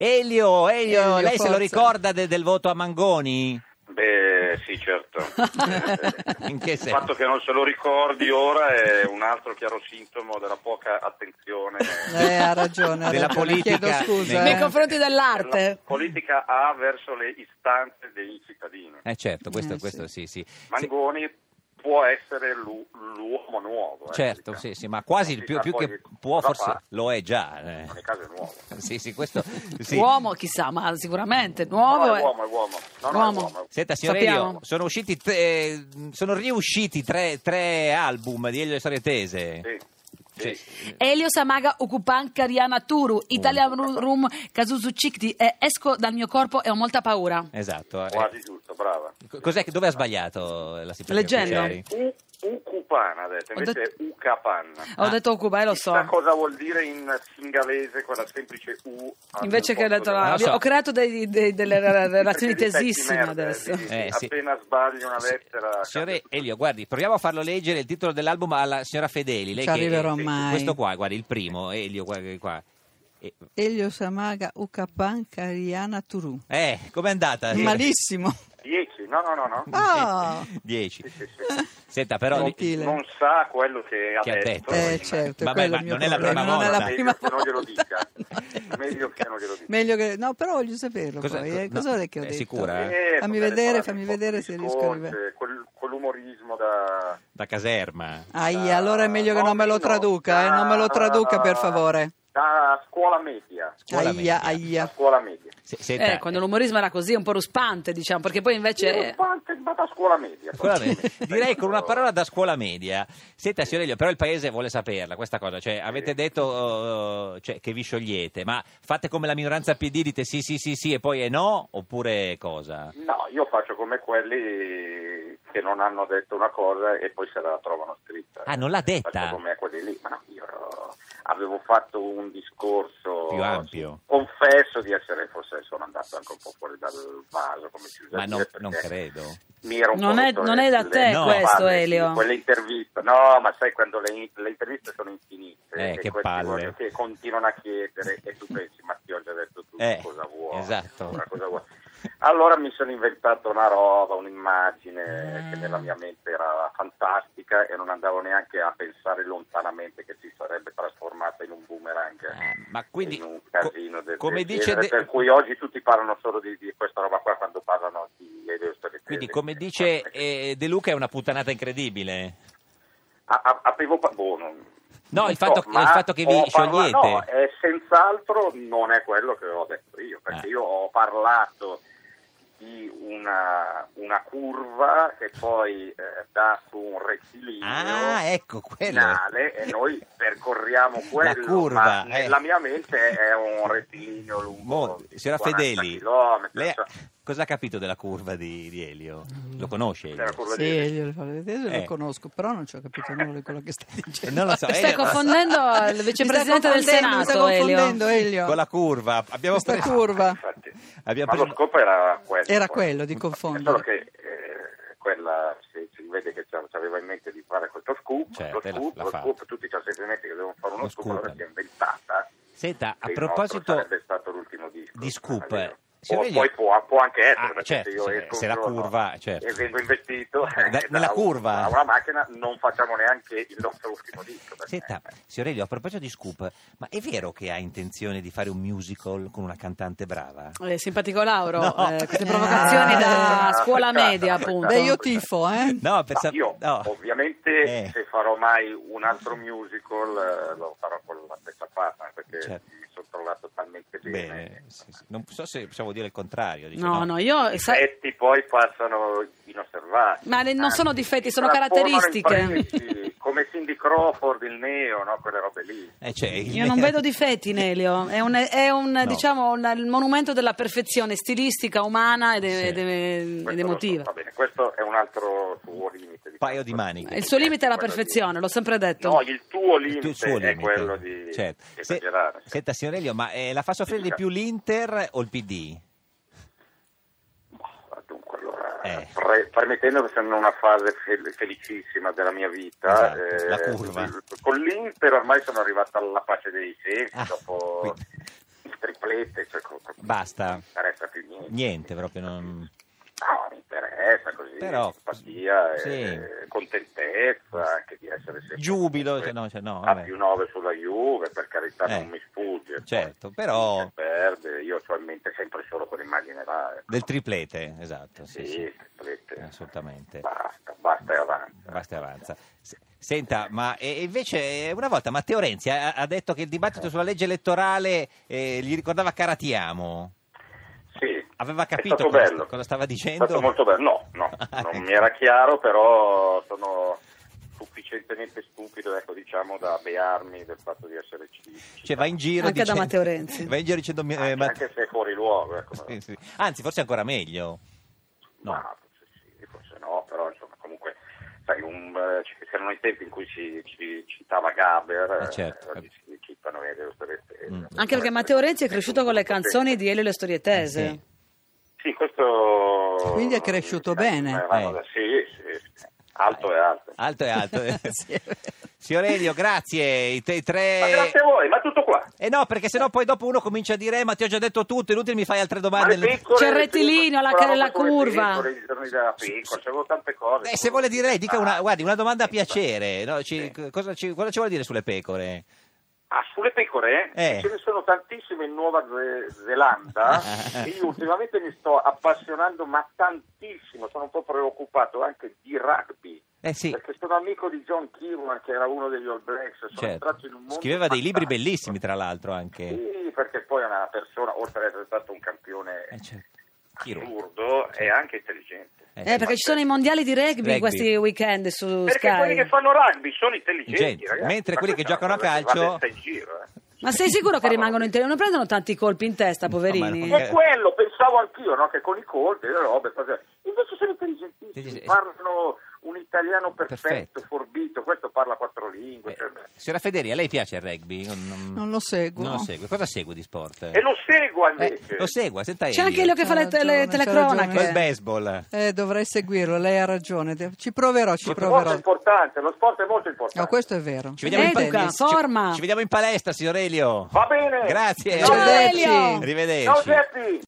Elio, lei forza. se lo ricorda del voto a Mangoni? Beh, sì, certo. In che Il senso? fatto che non se lo ricordi ora è un altro chiaro sintomo della poca attenzione Ha ragione, Della politica chiedo scusa. nei Nei confronti che la dell'arte. politica ha verso le istanze dei cittadini. Certo, questo sì. Mangoni può essere l'uomo nuovo. Certo, diciamo. sì, ma quasi Non si più sa che poi può, cosa forse fa. lo è già. In ogni caso è nuovo. Sì, questo sì. Uomo, chissà, ma sicuramente No, nuovo. è uomo. No, è Uomo. uomo. Senta, signor Sappiamo. Elio, sono riusciti tre album di Elio e Storie Tese. Sì. Elio Samaga Ukupan Kariana Turu, Italian Room Kazuzu Cikti, esco dal mio corpo e ho molta paura. Esatto. Quasi giusto, brava. Dove ha sbagliato la simpatia Leggendo. Cucciari? Ukupan ha detto, invece è Ukapan. Ho detto Okupa, lo Chissà so. cosa vuol dire in singalese quella semplice U. Invece che ho detto, Non lo so. ho creato delle relazioni Perché di tesissime pezzi merda, adesso. Sì. Appena sbagli una lettera. Signore Elio, guardi, proviamo a farlo leggere il titolo dell'album alla signora Fedeli. Lei Ci arriverò che, mai. Questo qua, guardi, il primo, Elio, qua. Elio Samaga Ukapan Kariana Turu. Com'è andata? Malissimo. 10, no. Ah, 10. Sì. Senta, però Gentile. Non sa quello che ha Che ha detto. detto. certo, Vabbè, quello ma è il mio non è la problema, prima non è la volta. prima Meglio che non glielo volta. dica. Meglio che non glielo dica. Meglio che no, però voglio saperlo poi. Cosa è che ho detto? Sicura? Fammi vedere se riesco a arrivare. Quell'umorismo Da caserma. Allora è meglio che non me lo traduca, non me lo traduca per favore. da scuola media. Aia. Scuola media. Senta, Quando l'umorismo era così, un po' ruspante, diciamo, perché poi invece... Ma da scuola media. scuola media. Direi con una parola da scuola media. Senta, signor Elio, però il paese vuole saperla questa cosa, cioè avete detto che vi sciogliete, ma fate come la minoranza PD, dite sì e poi è no, oppure cosa? No, io faccio come quelli che non hanno detto una cosa e poi se la trovano scritta. Ah, non l'ha detta? Faccio come quelli lì, ma no, io avevo fatto un discorso più ampio. Confesso di essere, forse sono andato anche un po' fuori dal vaso, come si usa Ma dire, non perché credo. mi era un Non po' è- rotto non è da te No. questo, palle, Elio. quelle interviste, no, ma sai quando le interviste sono infinite Che e questi palle. che continuano a chiedere e tu pensi, ma ti ho già detto tu cosa vuoi? Esatto. Ora cosa vuoi? Allora mi sono inventato una roba, un'immagine che nella mia mente era fantastica e non andavo neanche a pensare lontanamente che si sarebbe trasformata in un boomerang, ma quindi in un casino come del dice genere, per cui oggi tutti parlano solo di questa roba qua quando parlano di Elio Storie Tese. Quindi come dice De Luca è una puttanata incredibile. Avevo No, il fatto che vi sciogliete. No, senz'altro non è quello che ho detto io, perché io ho parlato di una curva che poi dà su un rettilineo ecco quello. finale e noi percorriamo quello, curva, ma nella mia mente è un rettilineo lungo signora 40 Fedeli, chilometri, lei cioè, cosa ha capito della curva di Elio? Lo conosce Elio? della curva Sì, di io lo conosco, però non ci ho capito nulla di quello che stai dicendo. Non lo so. Stai confondendo il vicepresidente del Mi sta Senato, confondendo, Elio. Elio. Con la curva. Abbiamo Questa preso... curva infatti. Abbiamo Ma lo preso... scopo era quello. era poi. quello di Solo confondere. che quella si vede che aveva in mente di fare questo scoop, Certo, lo l'ha fatto. scoop, tutti ci hanno sempre in mente che devono fare uno Lo scoop, scoop. allora si è inventata. Senta, a che il nostro proposito sarebbe stato l'ultimo disco. di scoop, non è vero. signor Elio- Poi può anche essere, perché certo, se io esco se un la giorno curva, certo. e vengo investito nella curva. da una macchina, non facciamo neanche il nostro ultimo disco. perché- Senta, signor Elio, a proposito di scoop, ma è vero che ha intenzione di fare un musical con una cantante brava? Simpatico Lauro, No. queste provocazioni da scuola aspetta, media, aspetta. appunto. Beh, io tifo, No, per Io ovviamente se farò mai un altro musical lo farò con la stessa partner, perché Certo. mi sono trovato talmente bene. Bene, sì. Non so se possiamo dire il contrario. Dice, No, io... I difetti poi passano inosservati. Ma non sono difetti, si sono trasformano in caratteristiche. pregi, come Cindy Crawford, il Neo, no? Quelle robe lì. Io non vedo difetti in Elio, è un diciamo il monumento della perfezione stilistica, umana ed Questo emotiva. va bene, questo è un altro tuo limite. Paio di maniche. Il suo limite è la perfezione, l'ho sempre detto. No, il tuo limite Il suo è limite. quello di Certo. esagerare. Senta, signor Elio, ma la fa soffrire di più l'Inter o il PD? Dunque, allora, Eh. permettendo che sono in una fase felicissima della mia vita, Esatto, la curva. con l'Inter ormai sono arrivato alla pace dei sensi, dopo quindi- triplete, cioè, Basta. non mi interessa più niente. Niente, proprio non... No, mi interessa così, Però, simpatia, sì. contentezza anche di essere sempre Giubilo, a vabbè. più 9 sulla Juve, per carità non mi sfugge. Certo, Poi, però... se perde, io ho in mente sempre solo quell'immagine là. Ecco. Del triplete, esatto, sì, Sì, triplete. assolutamente. Basta e avanza. Basta e avanza. Senta, ma invece una volta Matteo Renzi ha detto che il dibattito sulla legge elettorale gli ricordava Caratiamo. Sì, Aveva è capito stato cosa, bello. cosa stava È dicendo? stato molto bello. No, non Ecco. mi era chiaro, però sono sufficientemente stupido, ecco, diciamo, da bearmi del fatto di essere cinici. Cioè va in giro Anche da dicendo, Matteo Renzi. va in giro dicendo Anche se è fuori luogo, ecco. sì, sì. Anzi, forse ancora meglio. No. Ma forse sì, forse no, però insomma comunque sai, c'erano i tempi in cui si citava Gaber, certo. oggi si citano Elio e le storie tese. Anche perché Matteo Renzi è cresciuto con le canzoni di Elio e le storie tese. Sì. Sì, questo... Quindi è cresciuto bene. Sì, alto e alto. Alto e alto. Signor Elio, grazie. I tre... Ma grazie a voi, ma tutto qua. No, perché sennò poi dopo uno comincia a dire ma ti ho già detto tutto, inutile mi fai altre domande. C'è il rettilineo, la curva. C'avevo tante cose. Se vuole dire lei, dica guardi, una domanda a piacere. No? Cosa ci vuole dire sulle pecore? Sulle pecore ce ne sono tantissime in Nuova Zelanda e io ultimamente mi sto appassionando ma tantissimo, sono un po' preoccupato anche di rugby. Sì. Perché sono amico di John Kirwan, che era uno degli All Blacks, sono entrato in un mondo scriveva dei libri fantastico. bellissimi tra l'altro anche. Sì, perché poi è una persona, oltre ad essere stato un campione assurdo, è anche intelligente. Perché ci sono i mondiali di rugby questi weekend su perché Sky. quelli che fanno rugby sono intelligenti, ragazzi. Mentre quelli che giocano a calcio... in giro, Ma sei sicuro che rimangono intelligenti? Non prendono tanti colpi in testa, poverini? No, è quello, pensavo anch'io, no? Che con i colpi le robe, invece sono intelligentissimi, parlano un italiano perfetto, forbito, questo parla 4 lingue. Signora Federi, a lei piace il rugby? Non lo seguo. Non lo segue. Cosa segue di sport? E lo segua invece. Lo segua, senta C'è anche Elio che fa le telecronache. Col baseball. Dovrei seguirlo, lei ha ragione. Ci proverò. Lo sport è importante, lo sport è molto importante. No, questo è vero. Ci vediamo forma. Ci vediamo in palestra, signor Elio. Va bene. Grazie. Ciao Elio. Arrivederci. Ciao Geppi.